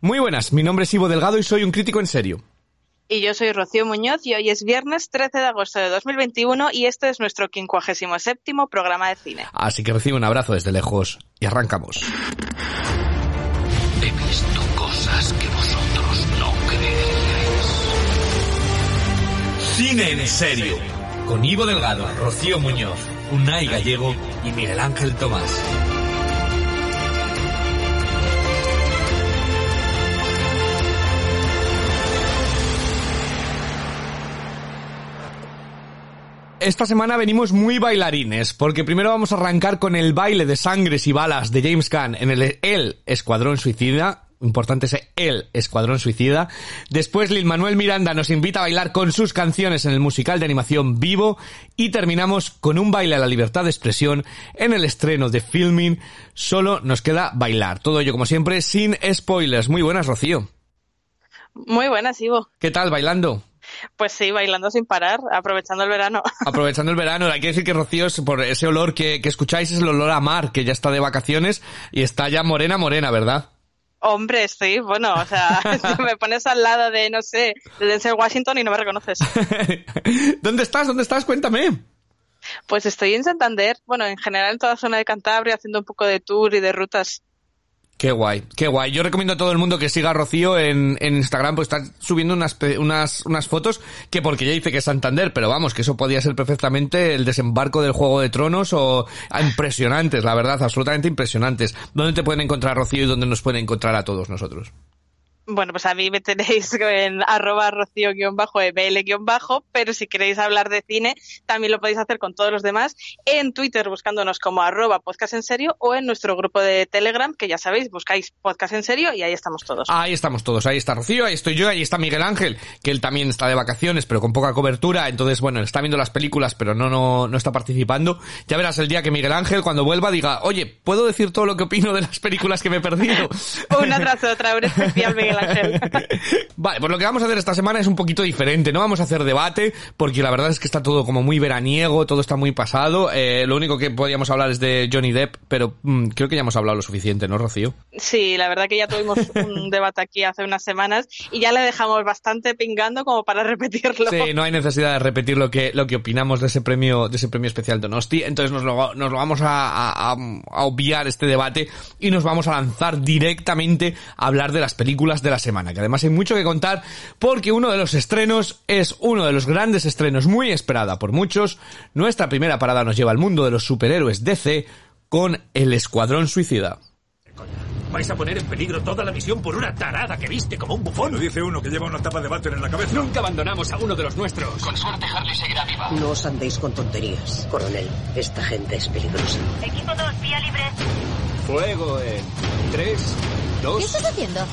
Muy buenas, mi nombre es Ivo Delgado y soy un crítico en serio. Y yo soy Rocío Muñoz y hoy es viernes 13 de agosto de 2021 y este es nuestro 57º programa de cine. Así que recibe un abrazo desde lejos y arrancamos. He visto cosas que vosotros no creeríais. Cine en serio, con Ivo Delgado, Rocío Muñoz, Unai Gallego y Miguel Ángel Tomás. Esta semana venimos muy bailarines, porque primero vamos a arrancar con el baile de sangres y balas de James Gunn en el Escuadrón Suicida. Importante ese El Escuadrón Suicida. Después Lin-Manuel Miranda nos invita a bailar con sus canciones en el musical de animación Vivo. Y terminamos con un baile a la libertad de expresión en el estreno de Filming. Solo nos queda bailar. Todo ello, como siempre, sin spoilers. Muy buenas, Rocío. Muy buenas, Ivo. ¿Qué tal, bailando? Pues sí, bailando sin parar, aprovechando el verano. Aprovechando el verano. Hay que decir que Rocío, por ese olor que escucháis, es el olor a mar, que ya está de vacaciones y está ya morena, ¿verdad? Hombre, sí, bueno, o sea, si me pones al lado de, no sé, de Denzel Washington y no me reconoces. ¿Dónde estás? Cuéntame. Pues estoy en Santander, bueno, en general en toda la zona de Cantabria, haciendo un poco de tour y de rutas. Qué guay, qué guay. Yo recomiendo a todo el mundo que siga a Rocío en Instagram, pues está subiendo unas fotos que porque ya dice que es Santander, pero vamos, que eso podía ser perfectamente el desembarco del Juego de Tronos o impresionantes, la verdad, absolutamente impresionantes. ¿Dónde te pueden encontrar, Rocío, y dónde nos pueden encontrar a todos nosotros? Bueno, pues a mí me tenéis en @rocío_ebl_, pero si queréis hablar de cine, también lo podéis hacer con todos los demás en Twitter buscándonos como @podcastenserio o en nuestro grupo de Telegram, que ya sabéis, buscáis Podcast en Serio y ahí estamos todos. Ahí estamos todos, ahí está Rocío, ahí estoy yo, ahí está Miguel Ángel, que él también está de vacaciones, pero con poca cobertura, entonces bueno, está viendo las películas, pero no está participando. Ya verás el día que Miguel Ángel, cuando vuelva, diga, oye, ¿puedo decir todo lo que opino de las películas que me he perdido? Una tras otra, un especial Miguel Ángel. Vale, pues lo que vamos a hacer esta semana es un poquito diferente. No vamos a hacer debate, porque la verdad es que está todo como muy veraniego, todo está muy pasado. Lo único que podríamos hablar es de Johnny Depp, pero creo que ya hemos hablado lo suficiente, ¿no, Rocío? Sí, la verdad que ya tuvimos un debate aquí hace unas semanas y ya le dejamos bastante pingando como para repetirlo. Sí, no hay necesidad de repetir lo que opinamos de ese premio especial Donosti. Entonces nos lo vamos a obviar este debate y nos vamos a lanzar directamente a hablar de las películas de la semana, que además hay mucho que contar porque uno de los estrenos es uno de los grandes estrenos muy esperada por muchos. Nuestra primera parada nos lleva al mundo de los superhéroes DC con El Escuadrón Suicida. ¿Vais a poner en peligro toda la misión por una tarada que viste como un bufón? Lo dice uno que lleva una tapa de váter en la cabeza. Nunca abandonamos a uno de los nuestros. Con suerte Harley seguirá viva. No os andéis con tonterías, coronel. Esta gente es peligrosa. Equipo 2, vía libre. Fuego en 3, 2... ¿Qué estás haciendo?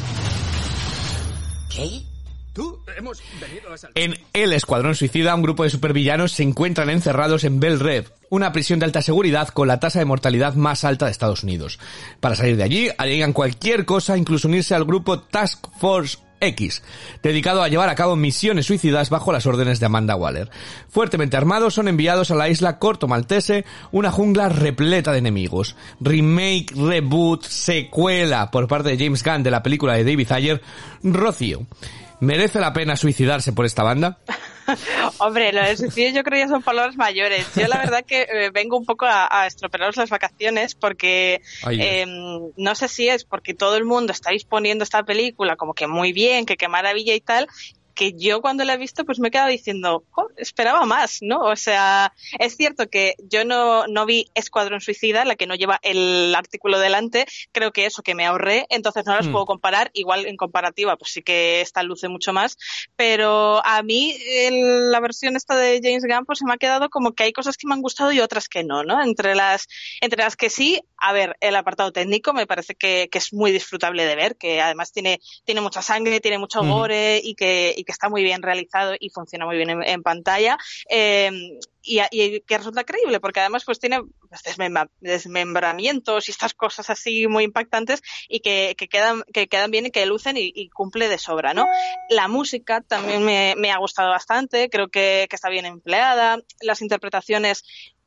¿Qué? Tú, hemos venido a salvar. En El Escuadrón Suicida, un grupo de supervillanos se encuentran encerrados en Bel Rev, una prisión de alta seguridad con la tasa de mortalidad más alta de Estados Unidos. Para salir de allí, harían cualquier cosa, incluso unirse al grupo Task Force X, dedicado a llevar a cabo misiones suicidas bajo las órdenes de Amanda Waller. Fuertemente armados, son enviados a la isla Corto Maltese, una jungla repleta de enemigos. Remake, reboot, secuela por parte de James Gunn de la película de David Ayer. Rocío, ¿merece la pena suicidarse por esta banda? Hombre, lo de suicidio yo creo que ya son palabras mayores. Yo la verdad que vengo un poco a estropearos las vacaciones porque no sé si es porque todo el mundo estáis poniendo esta película como que muy bien, que qué maravilla y tal, que yo cuando la he visto pues me he quedado diciendo, esperaba más, ¿no? O sea, es cierto que yo no vi Escuadrón Suicida, la que no lleva el artículo delante, creo que eso que me ahorré, entonces no las puedo comparar, igual en comparativa pues sí que esta luce mucho más, pero a mí la versión esta de James Gunn pues se me ha quedado como que hay cosas que me han gustado y otras que no, ¿no? Entre las que sí, a ver, el apartado técnico me parece que es muy disfrutable de ver, que además tiene mucha sangre, tiene mucho gore y que está muy bien realizado y funciona muy bien en pantalla. Y que resulta creíble, porque además pues tiene desmembramientos y estas cosas así muy impactantes y que quedan bien y que lucen y cumple de sobra, ¿no? La música también me ha gustado bastante, creo que está bien empleada, las interpretaciones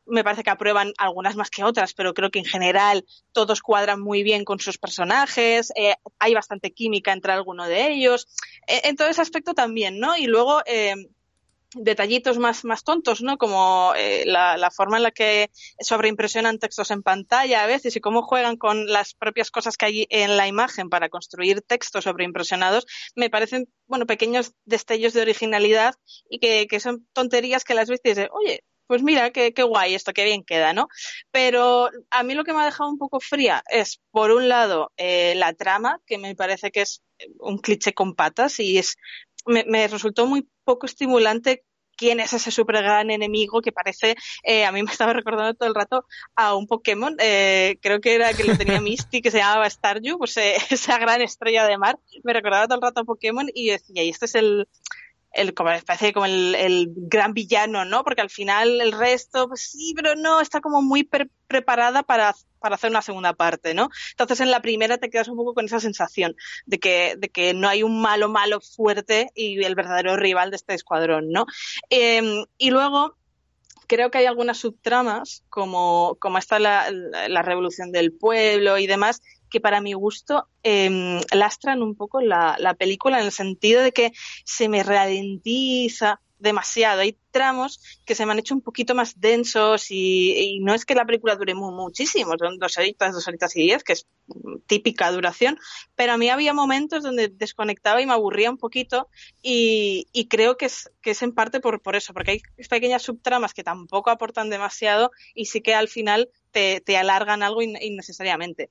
me parece que aprueban algunas más que otras, pero creo que en general todos cuadran muy bien con sus personajes, hay bastante química entre alguno de ellos, en todo ese aspecto también, ¿no? Y luego detallitos más tontos, ¿no? Como la forma en la que sobreimpresionan textos en pantalla a veces y cómo juegan con las propias cosas que hay en la imagen para construir textos sobreimpresionados, me parecen, bueno, pequeños destellos de originalidad y que son tonterías que las ves y dices, oye, pues mira, qué guay esto, qué bien queda, ¿no? Pero a mí lo que me ha dejado un poco fría es, por un lado, la trama, que me parece que es un cliché con patas y me resultó muy poco estimulante quién es ese super gran enemigo que parece, a mí me estaba recordando todo el rato a un Pokémon, creo que era que lo tenía Misty, que se llamaba Staryu, pues esa gran estrella de mar, me recordaba todo el rato a Pokémon y decía, y este es como parece como el gran villano, ¿no? Porque al final el resto, pues sí, pero no, está como muy preparada para hacer una segunda parte, ¿no? Entonces en la primera te quedas un poco con esa sensación de que no hay un malo fuerte y el verdadero rival de este escuadrón, ¿no? Y luego creo que hay algunas subtramas, como esta la revolución del pueblo y demás, que para mi gusto lastran un poco la película en el sentido de que se me ralentiza demasiado. Hay tramos que se me han hecho un poquito más densos y no es que la película dure muchísimo, son 2 horitas y 10, que es típica duración, pero a mí había momentos donde desconectaba y me aburría un poquito y creo que es en parte por eso, porque hay pequeñas subtramas que tampoco aportan demasiado y sí que al final te alargan algo innecesariamente.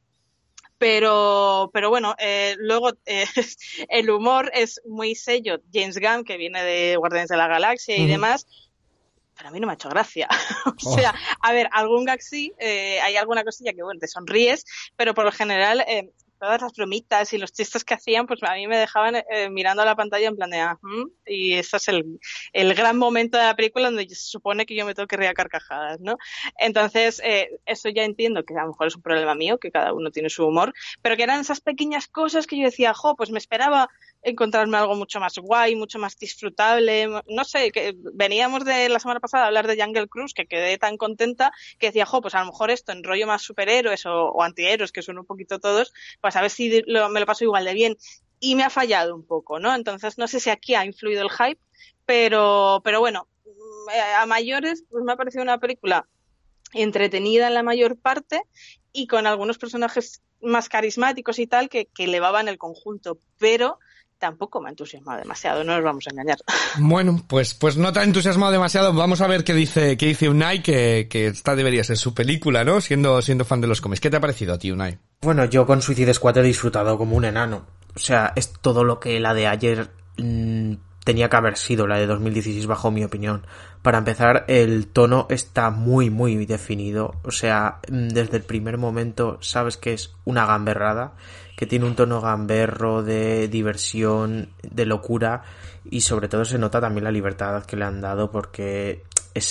Pero bueno, luego el humor es muy sello James Gunn, que viene de Guardianes de la Galaxia y demás, pero a mí no me ha hecho gracia. O sea, a ver, algún gag sí, hay alguna cosilla que, bueno, te sonríes, pero por lo general todas las bromitas y los chistes que hacían, pues a mí me dejaban mirando a la pantalla en plan de y este es el gran momento de la película donde se supone que yo me tengo que reír a carcajadas, ¿no? Entonces, eso ya entiendo que a lo mejor es un problema mío, que cada uno tiene su humor, pero que eran esas pequeñas cosas que yo decía, pues me esperaba encontrarme algo mucho más guay, mucho más disfrutable, no sé, que veníamos de la semana pasada a hablar de Jungle Cruise, que quedé tan contenta que decía, pues a lo mejor esto en rollo más superhéroes o antihéroes, que son un poquito todos, pues a ver si me lo paso igual de bien. Y me ha fallado un poco, ¿no? Entonces no sé si aquí ha influido el hype, pero bueno, a mayores pues me ha parecido una película entretenida en la mayor parte y con algunos personajes más carismáticos y tal que elevaban el conjunto, pero tampoco me ha entusiasmado demasiado, no nos vamos a engañar. Bueno, pues no te ha entusiasmado demasiado. Vamos a ver qué dice Unai, que esta debería ser su película, ¿no? Siendo fan de los cómics. ¿Qué te ha parecido a ti, Unai? Bueno, yo con Suicide Squad he disfrutado como un enano. O sea, es todo lo que la de ayer tenía que haber sido, la de 2016 bajo mi opinión. Para empezar, el tono está muy, muy definido. O sea, desde el primer momento sabes que es una gamberrada, que tiene un tono gamberro de diversión, de locura, y sobre todo se nota también la libertad que le han dado, porque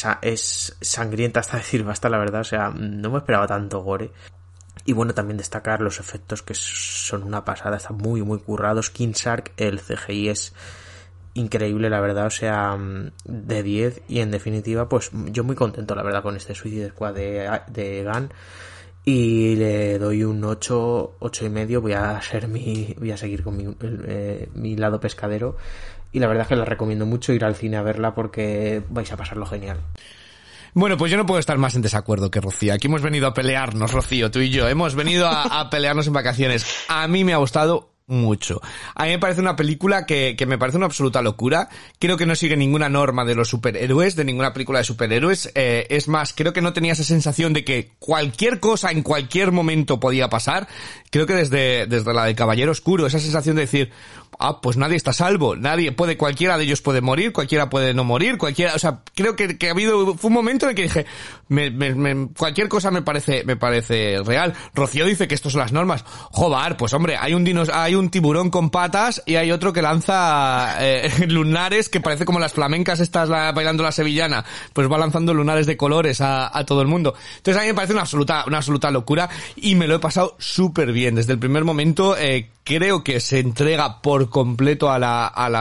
es sangrienta hasta decir basta, la verdad. O sea, no me esperaba tanto gore. Y bueno, también destacar los efectos, que son una pasada, están muy, muy currados. King Shark, el CGI es increíble, la verdad, o sea, de 10, y en definitiva, pues yo muy contento, la verdad, con este Suicide Squad de Gunn, y le doy un 8,5. Voy a seguir con mi lado pescadero, y la verdad es que la recomiendo mucho ir al cine a verla porque vais a pasarlo genial. Bueno, pues yo no puedo estar más en desacuerdo que Rocío. Aquí hemos venido a pelearnos, Rocío, tú y yo. Hemos venido a pelearnos en vacaciones. A mí me ha gustado mucho. A mí me parece una película que me parece una absoluta locura. Creo que no sigue ninguna norma de los superhéroes, de ninguna película de superhéroes. Es más, creo que no tenía esa sensación de que cualquier cosa en cualquier momento podía pasar. Creo que desde la del Caballero Oscuro, esa sensación de decir, pues nadie está a salvo, cualquiera de ellos puede morir, cualquiera puede no morir, o sea, creo que fue un momento en el que dije, cualquier cosa me parece real. Rocío dice que estos son las normas. Joder, pues hombre, hay un tiburón con patas y hay otro que lanza lunares, que parece como las flamencas estas bailando la sevillana, pues va lanzando lunares de colores a todo el mundo. Entonces a mí me parece una absoluta locura y me lo he pasado súper bien. Desde el primer momento creo que se entrega por completo a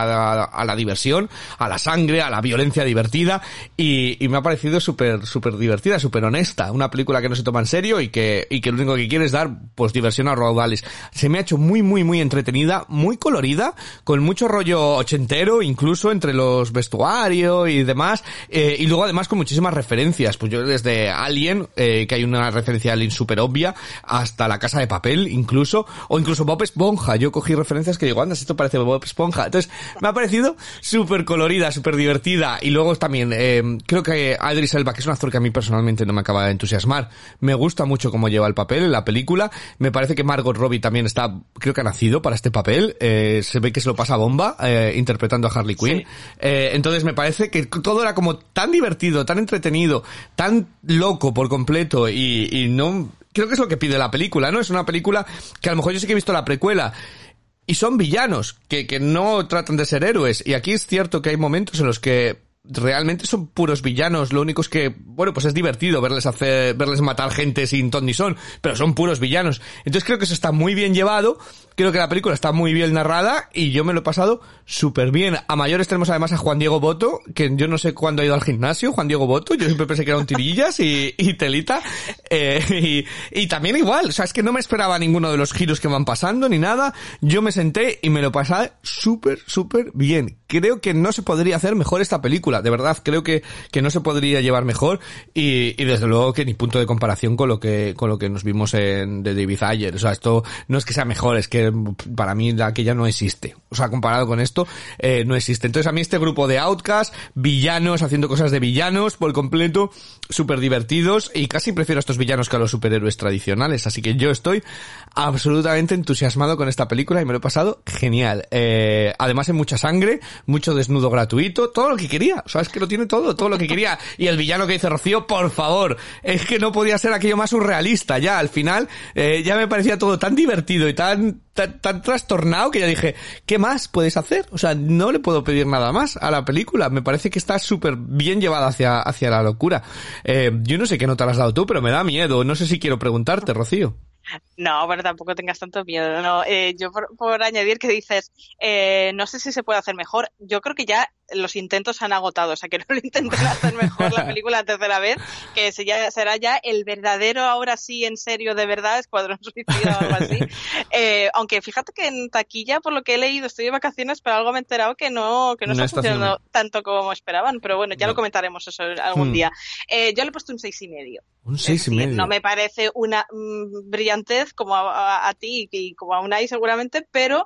la diversión, a la sangre, a la violencia divertida, y me ha parecido súper divertido. divertida, súper honesta. Una película que no se toma en serio y que lo único que quiere es dar, pues, diversión a raudales. Se me ha hecho muy, muy, muy entretenida, muy colorida, con mucho rollo ochentero, incluso entre los vestuarios y demás, y luego además con muchísimas referencias. Pues yo desde Alien, que hay una referencia a Alien súper obvia, hasta La Casa de Papel, incluso, o incluso Bob Esponja. Yo cogí referencias que digo, anda, esto parece Bob Esponja. Entonces, me ha parecido súper colorida, súper divertida. Y luego también, creo que Idris Elba, que es un actor que a mí personalmente no me acaba de entusiasmar, me gusta mucho cómo lleva el papel en la película. Me parece que Margot Robbie también está, creo que ha nacido para este papel. Se ve que se lo pasa bomba, interpretando a Harley Quinn. Sí. Entonces me parece que todo era como tan divertido, tan entretenido, tan loco por completo, y no, creo que es lo que pide la película, ¿no? Es una película que a lo mejor yo sí que he visto la precuela, y son villanos, que no tratan de ser héroes, y aquí es cierto que hay momentos en los que realmente son puros villanos. Lo único es que, bueno, pues es divertido verles matar gente sin ton ni son, pero son puros villanos. Entonces creo que eso está muy bien llevado, creo que la película está muy bien narrada, y yo me lo he pasado súper bien. A mayores tenemos además a Juan Diego Botto, que yo no sé cuándo ha ido al gimnasio, Juan Diego Botto, yo siempre pensé que era un tirillas y telita, y también igual, o sea, es que no me esperaba ninguno de los giros que van pasando ni nada. Yo me senté y me lo pasé súper, súper bien. Creo que no se podría hacer mejor esta película, de verdad, creo que no se podría llevar mejor, y desde luego que ni punto de comparación con lo que nos vimos de David Ayer. O sea, esto no es que sea mejor, es que para mí aquella no existe. O sea, comparado con esto, no existe. Entonces a mí este grupo de outcasts, villanos, haciendo cosas de villanos por completo, súper divertidos, y casi prefiero a estos villanos que a los superhéroes tradicionales. Así que yo estoy absolutamente entusiasmado con esta película y me lo he pasado genial. Además hay mucha sangre, mucho desnudo gratuito, todo lo que quería. O sea, es que lo tiene todo lo que quería. Y el villano que dice Rocío, por favor, es que no podía ser aquello más surrealista. Ya, al final, ya me parecía todo tan divertido y tan trastornado que ya dije, ¿qué más puedes hacer? O sea, no le puedo pedir nada más a la película. Me parece que está súper bien llevada hacia la locura. Yo no sé qué nota le has dado tú, pero me da miedo. No sé si quiero preguntarte, Rocío. No, pero tampoco tengas tanto miedo. No, yo por añadir que dices, no sé si se puede hacer mejor. Yo creo que ya los intentos se han agotado, o sea, que no lo intenten hacer mejor la película la tercera vez, que será ya el verdadero, ahora sí, en serio, de verdad, Escuadrón Suicida o algo así. Aunque fíjate que en taquilla, por lo que he leído, estoy de vacaciones, pero algo me he enterado que no está funcionando tanto como esperaban, pero bueno, ya lo comentaremos eso algún día. Yo le he puesto un 6,5. Un 6,5. No me parece una brillantez como a ti y como a Unai seguramente, pero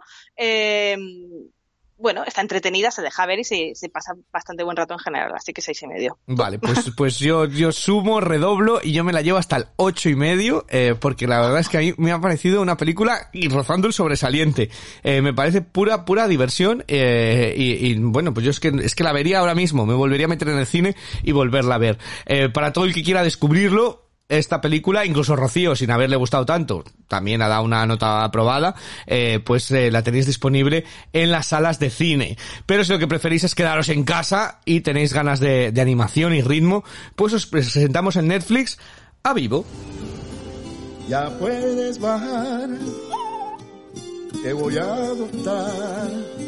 bueno, está entretenida, se deja ver y se pasa bastante buen rato en general, así que 6,5. Vale, pues yo sumo, redoblo y yo me la llevo hasta el 8,5, porque la verdad es que a mí me ha parecido una película y rozando el sobresaliente. Me parece pura diversión, y bueno, pues yo es que la vería ahora mismo, me volvería a meter en el cine y volverla a ver. Para todo el que quiera descubrirlo, esta película, incluso Rocío, sin haberle gustado tanto, también ha dado una nota aprobada, pues la tenéis disponible en las salas de cine. Pero si lo que preferís es quedaros en casa y tenéis ganas de animación y ritmo, pues os presentamos en Netflix a Vivo. Ya puedes bajar, te voy a adoptar.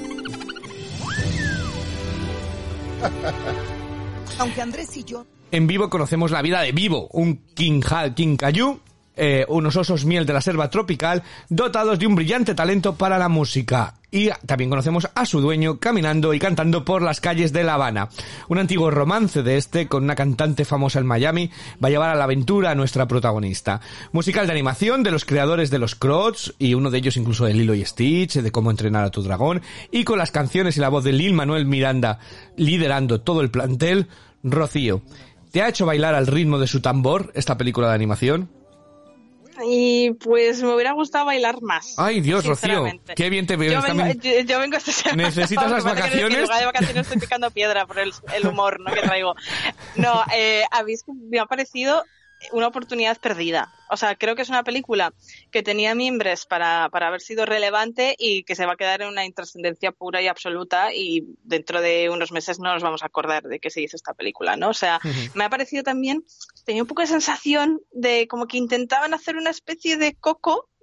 Aunque Andrés y yo... En Vivo conocemos la vida de Vivo, un Kinkajou, unos osos miel de la selva tropical, dotados de un brillante talento para la música. Y también conocemos a su dueño caminando y cantando por las calles de La Habana. Un antiguo romance de con una cantante famosa en Miami va a llevar a la aventura a nuestra protagonista. Musical de animación de los creadores de los Crocs, y uno de ellos incluso de Lilo y Stitch, de Cómo entrenar a tu dragón, y con las canciones y la voz de Lin-Manuel Miranda liderando todo el plantel. Rocío, ¿te ha hecho bailar al ritmo de su tambor esta película de animación? Y pues me hubiera gustado bailar más. Ay, Dios, Rocío, qué bien te veo. Yo vengo esta semana. ¿Necesitas las vacaciones? En lugar de vacaciones estoy picando piedra por el humor, ¿no?, que traigo. No, a mí es que me ha parecido una oportunidad perdida. O sea, creo que es una película que tenía mimbres para haber sido relevante y que se va a quedar en una intrascendencia pura y absoluta, y dentro de unos meses no nos vamos a acordar de que se hizo esta película, ¿no? O sea, me ha parecido también, tenía un poco de sensación de como que intentaban hacer una especie de Coco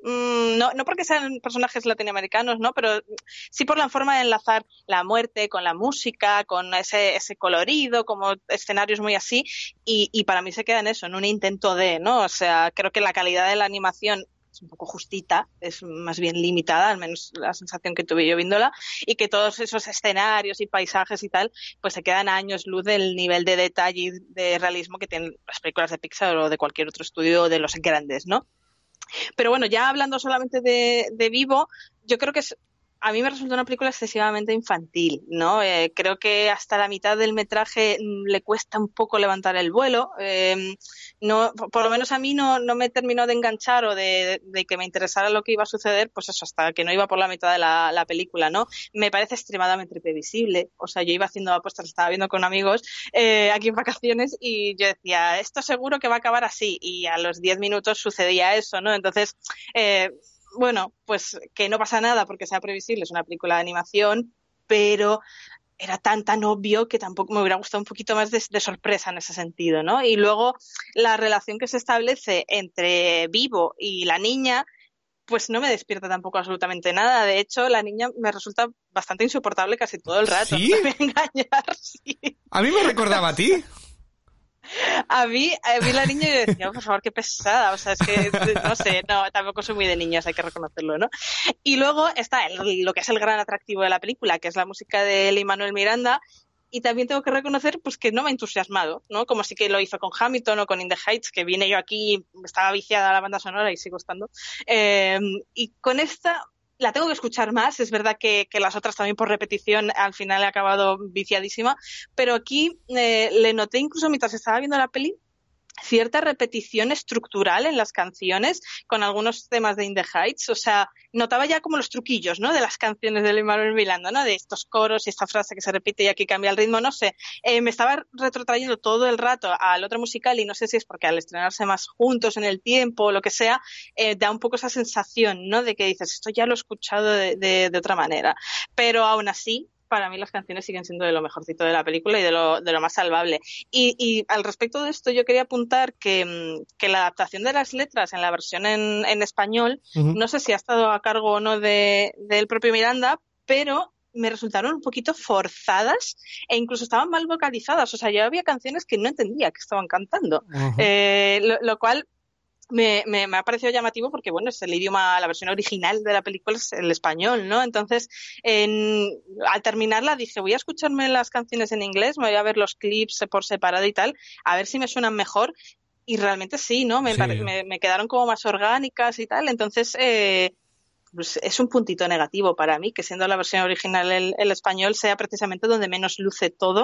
No porque sean personajes latinoamericanos, ¿no? Pero sí por la forma de enlazar la muerte con la música, con ese colorido, como escenarios muy así, y para mí se queda en eso, en un intento de, ¿no? O sea, creo que la calidad de la animación es un poco justita, es más bien limitada, al menos la sensación que tuve yo viéndola, y que todos esos escenarios y paisajes y tal, pues se quedan a años luz del nivel de detalle y de realismo que tienen las películas de Pixar o de cualquier otro estudio de los grandes, ¿no? Pero bueno, ya hablando solamente de Vivo, yo creo que a mí me resulta una película excesivamente infantil, ¿no? Creo que hasta la mitad del metraje le cuesta un poco levantar el vuelo. No, por lo menos a mí no me terminó de enganchar o de que me interesara lo que iba a suceder, pues eso, hasta que no iba por la mitad de la película, ¿no? Me parece extremadamente previsible. O sea, yo iba haciendo apuestas, estaba viendo con amigos aquí en vacaciones y yo decía, esto seguro que va a acabar así. Y a los 10 minutos sucedía eso, ¿no? Entonces, bueno, pues que no pasa nada porque sea previsible, es una película de animación, pero era tan obvio que tampoco me hubiera gustado un poquito más de sorpresa en ese sentido, ¿no? Y luego la relación que se establece entre Vivo y la niña, pues no me despierta tampoco absolutamente nada. De hecho, la niña me resulta bastante insoportable casi todo el rato. ¿Sí? No te voy a engañar, sí. ¿A mí me recordaba a ti? A mí la niña y yo decía, oh, por favor, qué pesada, o sea, es que, no sé, no, tampoco soy muy de niñas, hay que reconocerlo, ¿no? Y luego está lo que es el gran atractivo de la película, que es la música de Lin-Manuel Miranda, y también tengo que reconocer, pues, que no me ha entusiasmado, ¿no? Como sí que lo hizo con Hamilton o con In the Heights, que vine yo aquí, estaba viciada a la banda sonora y sigo estando, y con esta la tengo que escuchar más, es verdad que las otras también por repetición al final he acabado viciadísima, pero aquí le noté incluso mientras estaba viendo la peli cierta repetición estructural en las canciones con algunos temas de In the Heights, o sea, notaba ya como los truquillos, ¿no? De las canciones de Lin-Manuel Miranda, ¿no? De estos coros y esta frase que se repite y aquí cambia el ritmo, no sé, me estaba retrotrayendo todo el rato al otro musical y no sé si es porque al estrenarse más juntos en el tiempo o lo que sea, da un poco esa sensación, ¿no? De que dices, esto ya lo he escuchado de otra manera, pero aún así para mí las canciones siguen siendo de lo mejorcito de la película y de lo más salvable. Y al respecto de esto yo quería apuntar que la adaptación de las letras en la versión en español, no sé si ha estado a cargo o no del propio Miranda, pero me resultaron un poquito forzadas e incluso estaban mal vocalizadas. O sea, yo había canciones que no entendía que estaban cantando. Lo cual me ha parecido llamativo porque, bueno, es el idioma, la versión original de la película es el español, ¿no? Entonces, al terminarla dije, voy a escucharme las canciones en inglés, me voy a ver los clips por separado y tal, a ver si me suenan mejor. Y realmente sí, ¿no? Me quedaron como más orgánicas y tal. Entonces, pues es un puntito negativo para mí, que siendo la versión original el español sea precisamente donde menos luce todo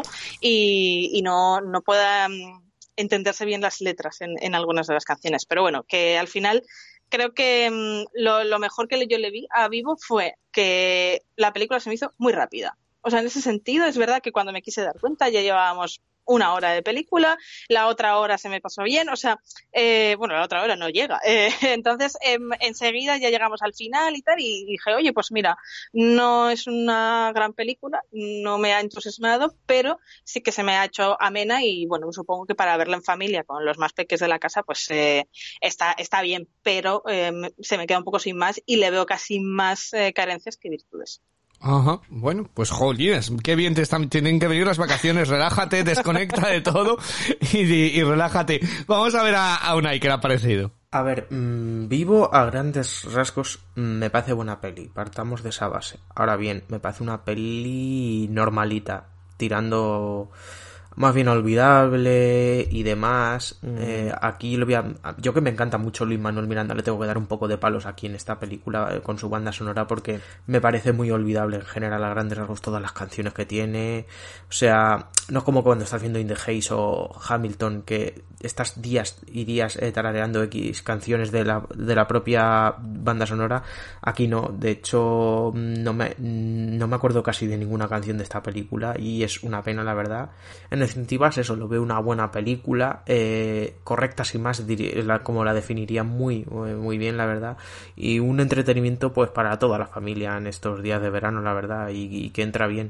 y no pueda entenderse bien las letras en algunas de las canciones. Pero bueno, que al final creo que lo mejor que yo le vi a Vivo fue que la película se me hizo muy rápida. O sea, en ese sentido es verdad que cuando me quise dar cuenta ya llevábamos 1 hora de película, la otra hora se me pasó bien, o sea, bueno, la otra hora no llega. Entonces, enseguida ya llegamos al final y tal, y dije, oye, pues mira, no es una gran película, no me ha entusiasmado, pero sí que se me ha hecho amena y, bueno, supongo que para verla en familia con los más pequeños de la casa, pues está bien, pero se me queda un poco sin más y le veo casi más carencias que virtudes. Ajá, bueno, pues jolines, qué bien tienen que venir las vacaciones, relájate, desconecta de todo y relájate. Vamos a ver a Unai, ¿qué le ha parecido? A ver, Vivo a grandes rasgos me parece buena peli, partamos de esa base. Ahora bien, me parece una peli normalita, tirando más bien olvidable y demás. Aquí yo que me encanta mucho Lin-Manuel Miranda, le tengo que dar un poco de palos aquí en esta película con su banda sonora porque me parece muy olvidable en general a grandes rasgos todas las canciones que tiene. O sea, no es como cuando estás viendo In the Heights o Hamilton, que estás días y días tarareando X canciones de la propia banda sonora. Aquí no, de hecho no me acuerdo casi de ninguna canción de esta película y es una pena, la verdad. En definitiva, eso, lo veo una buena película, correcta sin más, como la definiría muy bien, la verdad, y un entretenimiento pues para toda la familia en estos días de verano, la verdad, y que entra bien.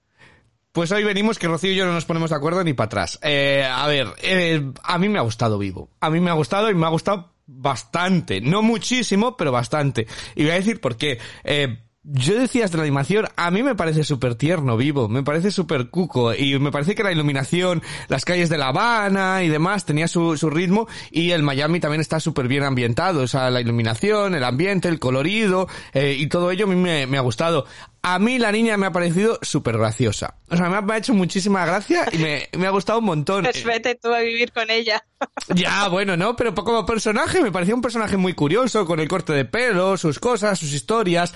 Pues hoy venimos que Rocío y yo no nos ponemos de acuerdo ni para atrás. A ver, a mí me ha gustado Vivo. A mí me ha gustado y me ha gustado bastante, no muchísimo, pero bastante. Y voy a decir por qué. Yo decía de la animación, a mí me parece súper tierno Vivo, me parece súper cuco, y me parece que la iluminación, las calles de La Habana y demás tenía su ritmo, y el Miami también está súper bien ambientado, o sea, la iluminación, el ambiente, el colorido, y todo ello a mí me ha gustado. A mí la niña me ha parecido súper graciosa. O sea, me ha hecho muchísima gracia y me ha gustado un montón. Pues vete tú a vivir con ella. Ya, bueno, ¿no? Pero como personaje me parecía un personaje muy curioso, con el corte de pelo, sus cosas, sus historias,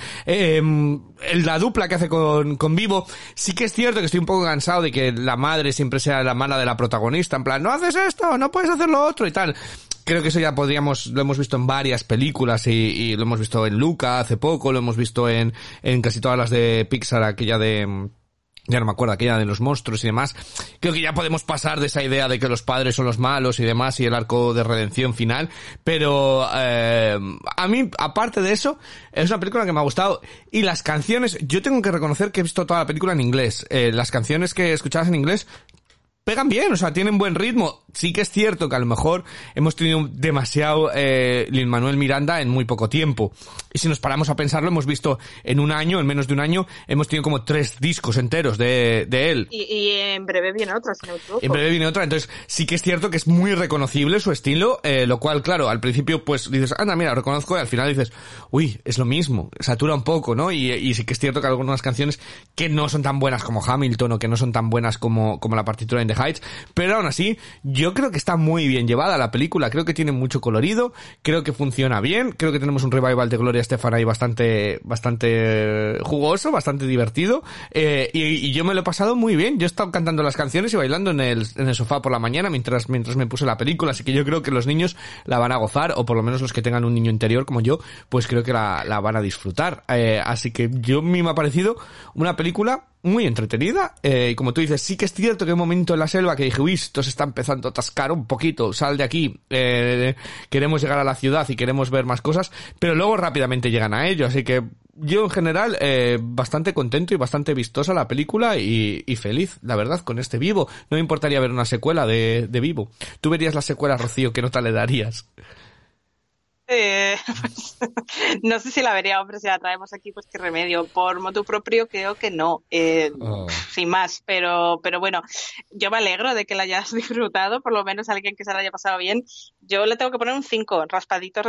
la dupla que hace con Vivo. Sí que es cierto que estoy un poco cansado de que la madre siempre sea la mala de la protagonista, en plan, no haces esto, no puedes hacer lo otro y tal. Creo que eso ya lo hemos visto en varias películas y lo hemos visto en Luca hace poco, lo hemos visto en casi todas las de Pixar, aquella de... Ya no me acuerdo, aquella de los monstruos y demás. Creo que ya podemos pasar de esa idea de que los padres son los malos y demás y el arco de redención final. Pero a mí, aparte de eso, es una película que me ha gustado. Y las canciones, yo tengo que reconocer que he visto toda la película en inglés. Las canciones que escuchabas en inglés pegan bien, o sea, tienen buen ritmo. Sí que es cierto que a lo mejor hemos tenido demasiado Lin-Manuel Miranda en muy poco tiempo. Y si nos paramos a pensarlo, hemos visto en menos de un año, hemos tenido como 3 discos enteros de él. Y en breve viene otra, si no me equivoco. En breve viene otra, entonces sí que es cierto que es muy reconocible su estilo, lo cual, claro, al principio pues dices, anda, mira, lo reconozco, y al final dices, uy, es lo mismo, satura un poco, ¿no? Y sí que es cierto que algunas canciones que no son tan buenas como Hamilton o que no son tan buenas como la partitura en The Heights, pero aún así, yo creo que está muy bien llevada la película, creo que tiene mucho colorido, creo que funciona bien, creo que tenemos un revival de Gloria Estefan ahí bastante jugoso, bastante divertido, y yo me lo he pasado muy bien. Yo he estado cantando las canciones y bailando en el sofá por la mañana mientras me puse la película, así que yo creo que los niños la van a gozar, o por lo menos los que tengan un niño interior como yo, pues creo que la van a disfrutar, así que a mí me ha parecido una película muy entretenida, y como tú dices, sí que es cierto que hay un momento en la selva que dije, uy, esto se está empezando a atascar un poquito, sal de aquí, queremos llegar a la ciudad y queremos ver más cosas, pero luego rápidamente llegan a ello, así que yo en general bastante contento y bastante vistosa la película y feliz, la verdad, con este Vivo. No me importaría ver una secuela de Vivo. ¿Tú verías la secuela, Rocío? ¿Qué nota le darías? Pues, no sé si la vería, hombre, si la traemos aquí, pues qué remedio. Por motu propio creo que no, sin más, pero bueno, yo me alegro de que la hayas disfrutado, por lo menos alguien que se la haya pasado bien. Yo le tengo que poner un 5, raspadito.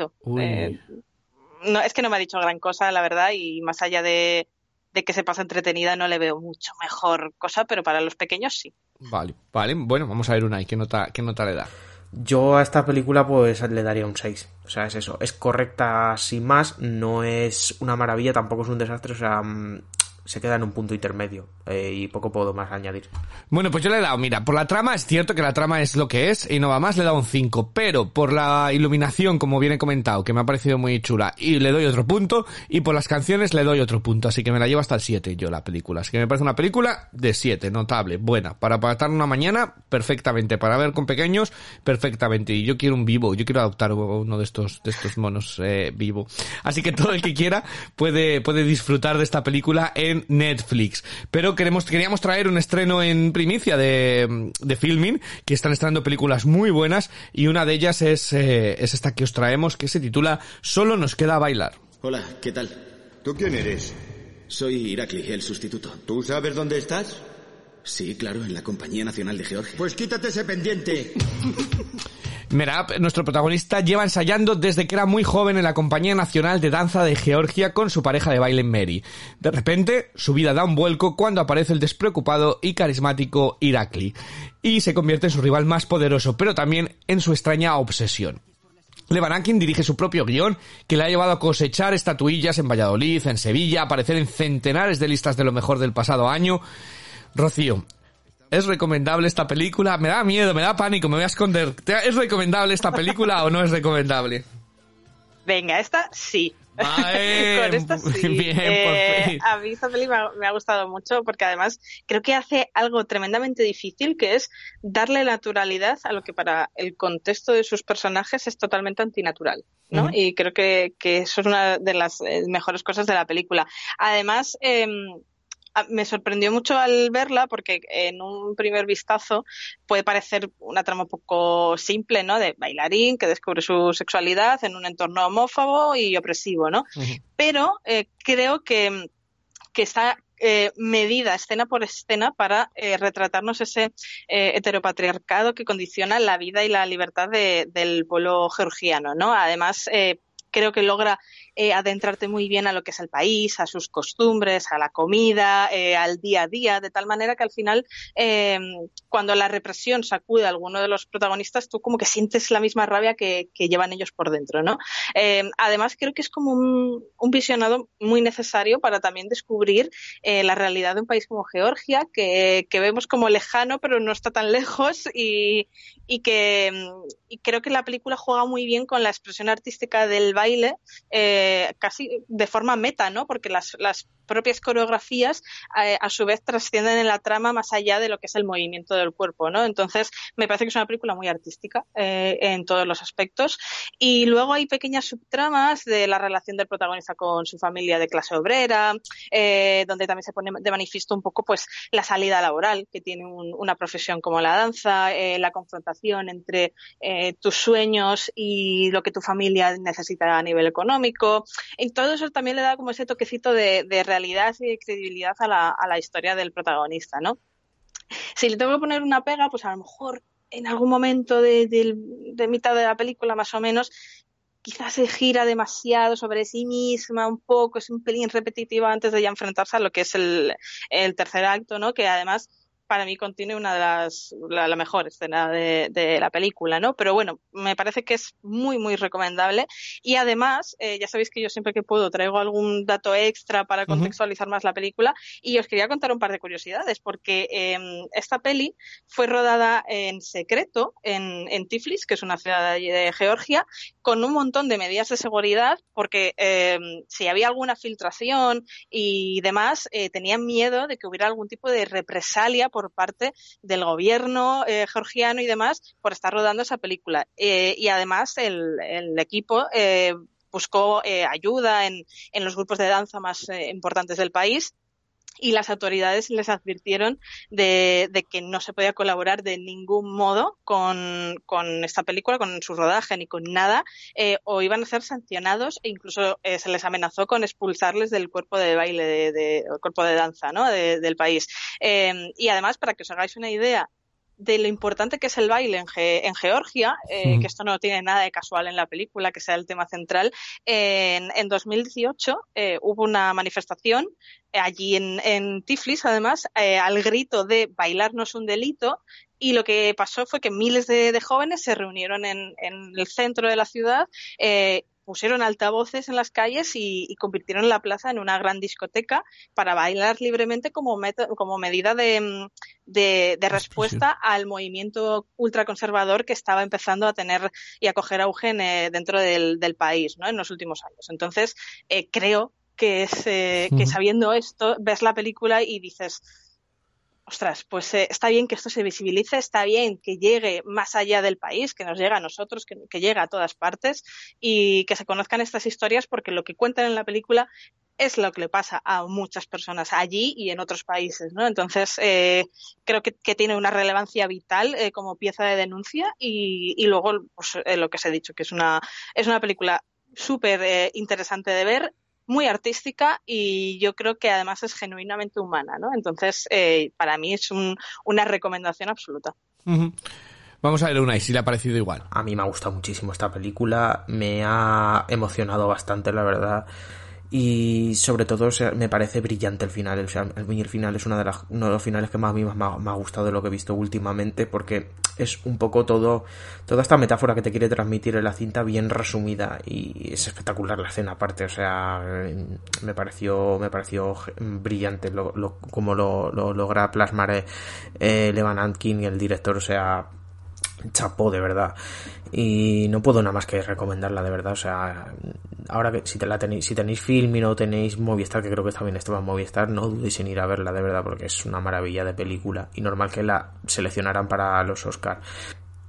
No, es que no me ha dicho gran cosa, la verdad, y más allá de que se pasa entretenida no le veo mucho mejor cosa, pero para los pequeños sí. Vale, bueno, vamos a ver Unai, ¿qué nota le da? Yo a esta película pues le daría un 6. O sea, es eso, es correcta sin más, no es una maravilla, tampoco es un desastre, o sea, se queda en un punto intermedio, y poco puedo más añadir. Bueno, pues yo le he dado, mira, por la trama, es cierto que la trama es lo que es y no va más, le he dado un 5, pero por la iluminación, como bien he comentado, que me ha parecido muy chula, y le doy otro punto, y por las canciones le doy otro punto, así que me la llevo hasta el 7 yo la película, así que me parece una película de 7, notable, buena, para estar una mañana, perfectamente, para ver con pequeños, perfectamente, y yo quiero un Vivo, yo quiero adoptar uno de estos monos Vivo, así que todo el que quiera puede disfrutar de esta película en Netflix. Pero queríamos traer un estreno en primicia de Filmin, que están estrenando películas muy buenas, y una de ellas es esta que os traemos, que se titula Solo nos queda bailar. Hola, ¿qué tal? ¿Tú quién eres? Soy Irakli, el sustituto. ¿Tú sabes dónde estás? Sí, claro, en la Compañía Nacional de Georgia. Pues quítate ese pendiente. Merab, nuestro protagonista, lleva ensayando desde que era muy joven en la Compañía Nacional de Danza de Georgia con su pareja de baile Mary. De repente, su vida da un vuelco cuando aparece el despreocupado y carismático Irakli, y se convierte en su rival más poderoso, pero también en su extraña obsesión. Levan Akin dirige su propio guión, que le ha llevado a cosechar estatuillas en Valladolid, en Sevilla, a aparecer en centenares de listas de lo mejor del pasado año. Rocío, ¿es recomendable esta película? Me da miedo, me da pánico, me voy a esconder. ¿Es recomendable esta película o no es recomendable? Venga, esta sí. Vale, con esta sí. Bien, por fin. A mí esta película me ha gustado mucho porque además creo que hace algo tremendamente difícil, que es darle naturalidad a lo que para el contexto de sus personajes es totalmente antinatural, ¿no? Y creo que eso es una de las mejores cosas de la película. Además, me sorprendió mucho al verla porque en un primer vistazo puede parecer una trama un poco simple, ¿no? De bailarín que descubre su sexualidad en un entorno homófobo y opresivo, ¿no? Uh-huh. Pero creo que está medida escena por escena para retratarnos ese heteropatriarcado que condiciona la vida y la libertad del pueblo georgiano, ¿no? Además, creo que logra adentrarte muy bien a lo que es el país, a sus costumbres, a la comida, al día a día, de tal manera que al final, cuando la represión sacude a alguno de los protagonistas, tú como que sientes la misma rabia que llevan ellos por dentro, ¿no? Además, creo que es como un visionado muy necesario para también descubrir la realidad de un país como Georgia, que vemos como lejano, pero no está tan lejos, y creo que la película juega muy bien con la expresión artística del baile, casi de forma meta, ¿no? Porque las propias coreografías a su vez trascienden en la trama más allá de lo que es el movimiento del cuerpo, ¿no? Entonces me parece que es una película muy artística en todos los aspectos, y luego hay pequeñas subtramas de la relación del protagonista con su familia de clase obrera, donde también se pone de manifiesto un poco pues la salida laboral que tiene una profesión como la danza, la confrontación entre tus sueños y lo que tu familia necesita a nivel económico. En todo eso también le da como ese toquecito de realidad y de credibilidad a la historia del protagonista, ¿no? Si le tengo que poner una pega, pues a lo mejor en algún momento de mitad de la película más o menos, quizás se gira demasiado sobre sí misma un poco, es un pelín repetitiva antes de ya enfrentarse a lo que es el tercer acto, ¿no? Que además para mí contiene una de la mejor escena de la película, ¿no? Pero bueno, me parece que es muy, muy recomendable, y además, ya sabéis que yo siempre que puedo traigo algún dato extra para contextualizar más la película, y os quería contar un par de curiosidades, porque esta peli fue rodada en secreto en Tiflis, que es una ciudad de Georgia, con un montón de medidas de seguridad, porque si había alguna filtración y demás, tenían miedo de que hubiera algún tipo de represalia por parte del gobierno georgiano y demás por estar rodando esa película. Y además el equipo buscó ayuda en los grupos de danza más importantes del país, y las autoridades les advirtieron de que no se podía colaborar de ningún modo con esta película, con su rodaje ni con nada, o iban a ser sancionados, e incluso se les amenazó con expulsarles del cuerpo de baile, del cuerpo de danza, ¿no? del país. Y además, para que os hagáis una idea de lo importante que es el baile en Georgia, que esto no tiene nada de casual en la película, que sea el tema central, en 2018 hubo una manifestación allí en Tiflis, además, al grito de bailar no es un delito, y lo que pasó fue que miles de jóvenes se reunieron en el centro de la ciudad, pusieron altavoces en las calles y convirtieron la plaza en una gran discoteca para bailar libremente como medida de respuesta al movimiento ultraconservador que estaba empezando a tener y a coger auge dentro del país, ¿no? En los últimos años. Entonces, creo que sabiendo esto, ves la película y dices, ostras, pues está bien que esto se visibilice, está bien que llegue más allá del país, que nos llegue a nosotros, que llegue a todas partes, y que se conozcan estas historias, porque lo que cuentan en la película es lo que le pasa a muchas personas allí y en otros países, ¿no? Entonces, creo que tiene una relevancia vital como pieza de denuncia, y luego pues, lo que os he dicho, que es una película súper interesante de ver, muy artística, y yo creo que además es genuinamente humana, ¿no? Entonces, para mí es una recomendación absoluta. Vamos a ver, Unai, si le ha parecido igual. A mí me ha gustado muchísimo esta película, me ha emocionado bastante, la verdad, y sobre todo, o sea, me parece brillante el final. O sea, el final es uno de los finales que más a mí me ha gustado de lo que he visto últimamente, porque es un poco toda esta metáfora que te quiere transmitir en la cinta bien resumida, y es espectacular la escena aparte. O sea, me pareció brillante como lo logra plasmar Levan Atkin, el director. O sea, chapó, de verdad, y no puedo nada más que recomendarla, de verdad. O sea, ahora que si tenéis Film y no tenéis Movistar, que creo que también estaba en Movistar, no dudéis en ir a verla, de verdad, porque es una maravilla de película, y normal que la seleccionaran para los Oscar.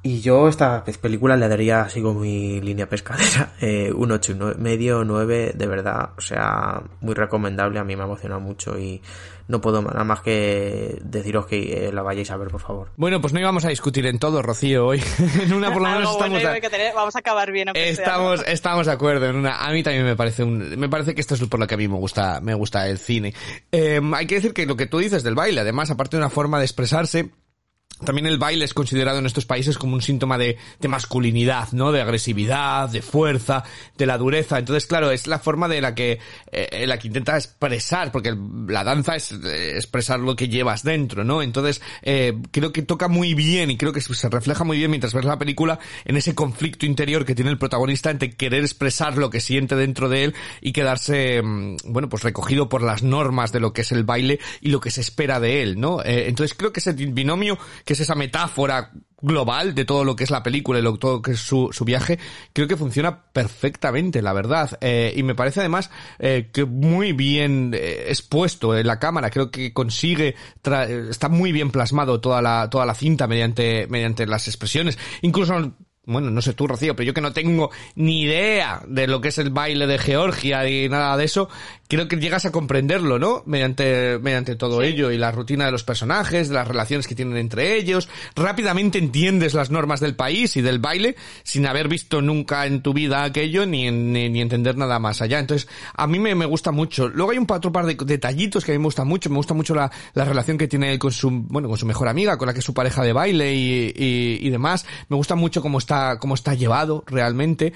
Y yo a esta película le daría, así con mi línea pescadera, un 8,5, 9, de verdad, o sea, muy recomendable, a mí me ha emocionado mucho y no puedo nada más que deciros que la vayáis a ver, por favor. Bueno, pues no íbamos a discutir en todo, Rocío, hoy. En una por lo menos estamos... vamos a acabar bien. Estamos de acuerdo en una. A mí también me parece que esto es por lo que a mí me gusta el cine. Hay que decir que lo que tú dices del baile, además, aparte de una forma de expresarse, también el baile es considerado en estos países como un síntoma de masculinidad, ¿no? De agresividad, de fuerza, de la dureza. Entonces, claro, es la forma de la que intenta expresar, porque la danza es expresar lo que llevas dentro, ¿no? Entonces, creo que toca muy bien y creo que se refleja muy bien mientras ves la película en ese conflicto interior que tiene el protagonista entre querer expresar lo que siente dentro de él y quedarse, bueno, pues recogido por las normas de lo que es el baile y lo que se espera de él, ¿no? Entonces, creo que ese binomio, que es esa metáfora global de todo lo que es la película y todo lo que es su viaje, creo que funciona perfectamente, la verdad. Y me parece además que muy bien expuesto en la cámara. Creo que consigue, está muy bien plasmado toda la cinta mediante las expresiones. Incluso, bueno, no sé tú, Rocío, pero yo que no tengo ni idea de lo que es el baile de Georgia ni nada de eso, creo que llegas a comprenderlo, ¿no? Mediante todo ello y la rutina de los personajes, de las relaciones que tienen entre ellos. Rápidamente entiendes las normas del país y del baile sin haber visto nunca en tu vida aquello ni entender nada más allá. Entonces, a mí me gusta mucho. Luego hay otro par de detallitos que a mí me gustan mucho. Me gusta mucho la relación que tiene él con su mejor amiga, con la que es su pareja de baile y demás. Me gusta mucho cómo está llevado realmente,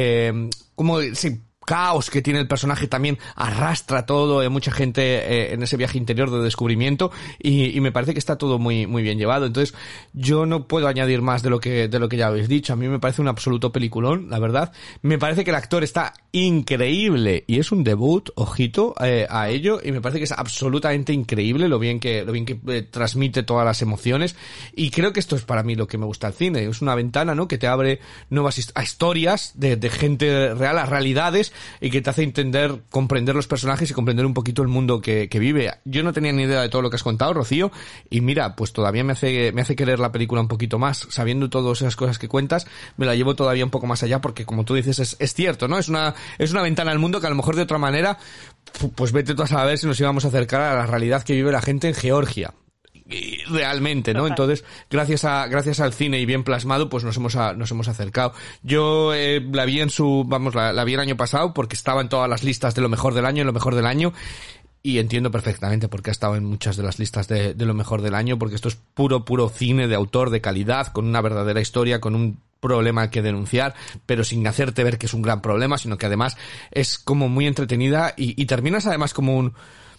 como ese caos que tiene el personaje también arrastra todo, mucha gente en ese viaje interior de descubrimiento y me parece que está todo muy muy bien llevado. Entonces yo no puedo añadir más de lo que ya habéis dicho. A mí me parece un absoluto peliculón, la verdad. Me parece que el actor está increíble y es un debut, ojito a ello, y me parece que es absolutamente increíble lo bien que transmite todas las emociones, y creo que esto es para mí lo que me gusta del cine. Es una ventana, ¿no?, que te abre nuevas historias de gente real, a realidades, y que te hace comprender los personajes y comprender un poquito el mundo que vive. Yo no tenía ni idea de todo lo que has contado, Rocío, y mira, pues todavía me hace querer la película un poquito más. Sabiendo todas esas cosas que cuentas, me la llevo todavía un poco más allá, porque como tú dices, es cierto, ¿no? Es una ventana al mundo que a lo mejor de otra manera, pues vete tú a saber si nos íbamos a acercar a la realidad que vive la gente en Georgia. Realmente, ¿no? Entonces, gracias al cine y bien plasmado, pues nos hemos acercado. Yo la vi la vi el año pasado porque estaba en todas las listas de lo mejor del año, y entiendo perfectamente por qué ha estado en muchas de las listas de lo mejor del año, porque esto es puro cine de autor de calidad, con una verdadera historia, con un problema que denunciar, pero sin hacerte ver que es un gran problema, sino que además es como muy entretenida y terminas además como un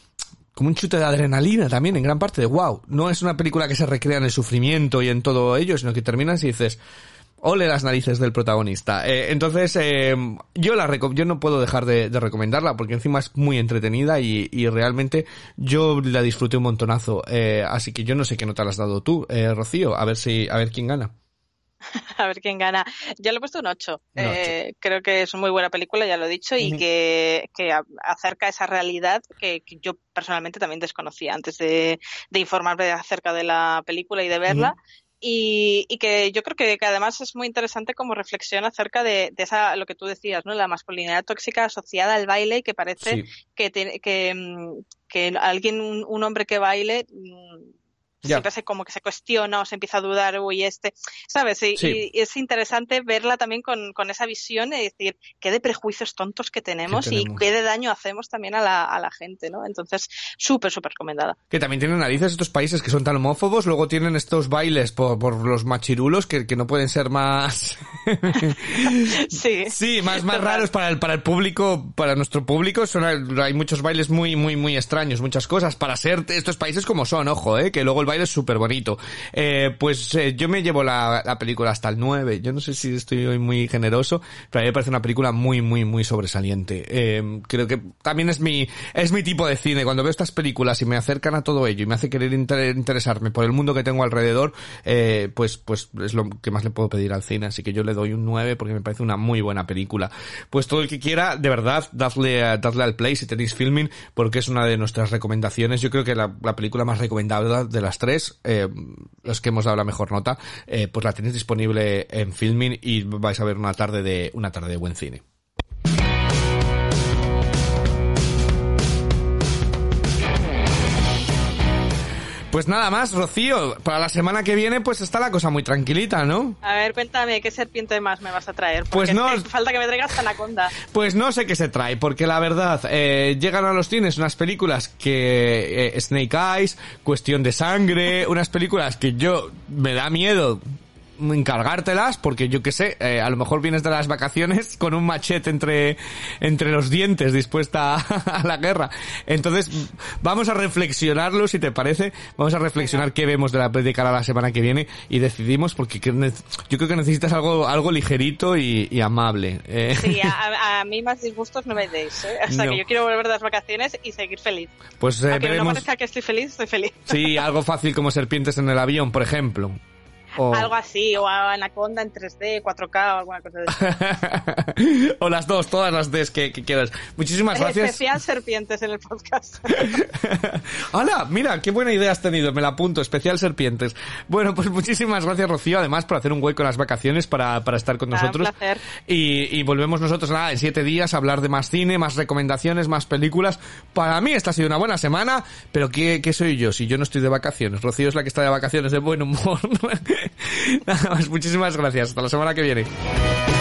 chute de adrenalina también, en gran parte, de wow. No es una película que se recrea en el sufrimiento y en todo ello, sino que terminas y dices, ole las narices del protagonista. Entonces, yo no puedo dejar de recomendarla, porque encima es muy entretenida y realmente yo la disfruté un montonazo. Así que yo no sé qué nota le has dado tú, Rocío, a ver quién gana. A ver quién gana. Yo le he puesto un 8. Creo que es una muy buena película, ya lo he dicho, y que acerca esa realidad que yo personalmente también desconocía antes de informarme acerca de la película y de verla. Y que yo creo que además es muy interesante como reflexión acerca de esa, lo que tú decías, ¿no? La masculinidad tóxica asociada al baile, y que parece que alguien, un hombre que baile, siempre como que se cuestiona o se empieza a dudar, ¿sabes? Y es interesante verla también con esa visión y decir qué de prejuicios tontos que tenemos y qué de daño hacemos también a la gente, ¿no? Entonces, súper recomendada. Que también tienen narices estos países que son tan homófobos, luego tienen estos bailes por los machirulos que no pueden ser más... Sí, más raros para el público, para nuestro público. Hay muchos bailes muy extraños, muchas cosas, para ser estos países como son, ojo, que luego el baile es súper bonito. Yo me llevo la película hasta el 9. Yo no sé si estoy hoy muy generoso, pero a mí me parece una película muy sobresaliente. Creo que también es mi tipo de cine. Cuando veo estas películas y me acercan a todo ello y me hace querer interesarme por el mundo que tengo alrededor, pues es lo que más le puedo pedir al cine. Así que yo le doy un 9 porque me parece una muy buena película. Pues todo el que quiera, de verdad, dadle al play si tenéis Filmin, porque es una de nuestras recomendaciones. Yo creo que la película más recomendable de las tres, los que hemos dado la mejor nota, pues la tenéis disponible en Filmin y vais a ver una tarde de buen cine. Pues nada más, Rocío, para la semana que viene pues está la cosa muy tranquilita, ¿no? A ver, cuéntame, ¿qué serpiente más me vas a traer? Porque pues no, es que falta que me traigas Anaconda. Pues no sé qué se trae, porque la verdad, llegan a los cines unas películas que... Snake Eyes, Cuestión de Sangre, unas películas que me da miedo encargártelas, porque yo qué sé, a lo mejor vienes de las vacaciones con un machete entre los dientes dispuesta a la guerra. Entonces, vamos a reflexionarlo, si te parece, vamos a reflexionar qué vemos de cara a la semana que viene y decidimos, porque yo creo que necesitas algo ligerito y amable. Sí, a mí más disgustos no me deis, O sea, no. Que yo quiero volver de las vacaciones y seguir feliz. Pues aunque veremos... no parezca que estoy feliz. Sí, algo fácil como serpientes en el avión, por ejemplo. Algo así, o Anaconda en 3D, 4K o alguna cosa de eso. O las dos, todas las Ds que quieras. Muchísimas gracias. Especial serpientes en el podcast. ¡Hala! Mira, qué buena idea has tenido, me la apunto, especial serpientes. Bueno, pues muchísimas gracias, Rocío, además por hacer un hueco en las vacaciones para estar con nosotros. Un placer. Y volvemos nosotros en 7 días a hablar de más cine, más recomendaciones, más películas. Para mí esta ha sido una buena semana, pero ¿qué soy yo si yo no estoy de vacaciones? Rocío es la que está de vacaciones de buen humor. Nada más, muchísimas gracias. Hasta la semana que viene.